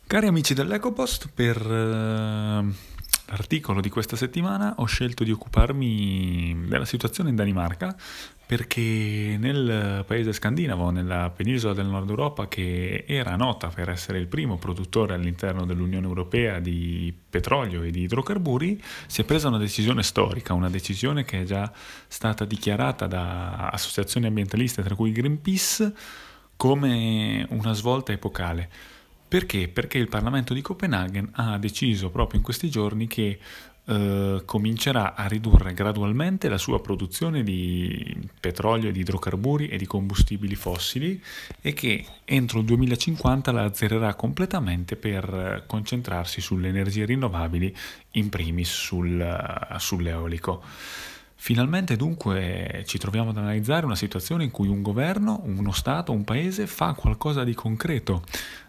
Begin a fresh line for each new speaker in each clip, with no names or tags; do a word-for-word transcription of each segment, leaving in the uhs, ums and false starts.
Cari amici dell'EcoPost, per eh, l'articolo di questa settimana ho scelto di occuparmi della situazione in Danimarca perché nel paese scandinavo, nella penisola del Nord Europa, che era nota per essere il primo produttore all'interno dell'Unione Europea di petrolio e di idrocarburi, si è presa una decisione storica, una decisione che è già stata dichiarata da associazioni ambientaliste, tra cui Greenpeace, come una svolta epocale. Perché? Perché il Parlamento di Copenaghen ha deciso proprio in questi giorni che eh, comincerà a ridurre gradualmente la sua produzione di petrolio, di idrocarburi e di combustibili fossili e che entro il duemilacinquanta la azzererà completamente per concentrarsi sulle energie rinnovabili, in primis sul, sull'eolico. Finalmente dunque ci troviamo ad analizzare una situazione in cui un governo, uno Stato, un paese fa qualcosa di concreto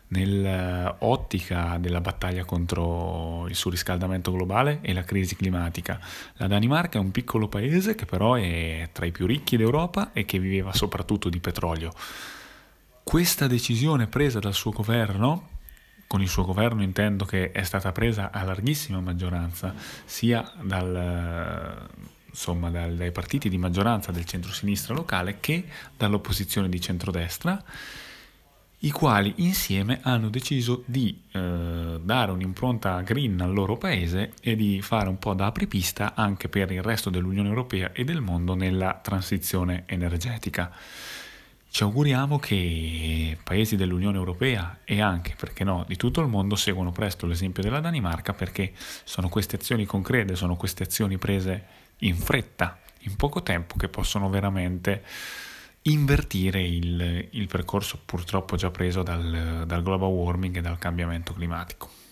nell'ottica della battaglia contro il surriscaldamento globale e la crisi climatica. La Danimarca è un piccolo paese che però è tra i più ricchi d'Europa e che viveva soprattutto di petrolio. Questa decisione presa dal suo governo, con il suo governo intendo che è stata presa a larghissima maggioranza, sia dal, insomma, dal, dai partiti di maggioranza del centro-sinistra locale che dall'opposizione di centrodestra, i quali insieme hanno deciso di eh, dare un'impronta green al loro paese e di fare un po' da apripista anche per il resto dell'Unione Europea e del mondo nella transizione energetica. Ci auguriamo che paesi dell'Unione Europea e anche, perché no, di tutto il mondo seguano presto l'esempio della Danimarca, perché sono queste azioni concrete, sono queste azioni prese in fretta, in poco tempo, che possono veramente invertire il, il percorso purtroppo già preso dal, dal global warming e dal cambiamento climatico.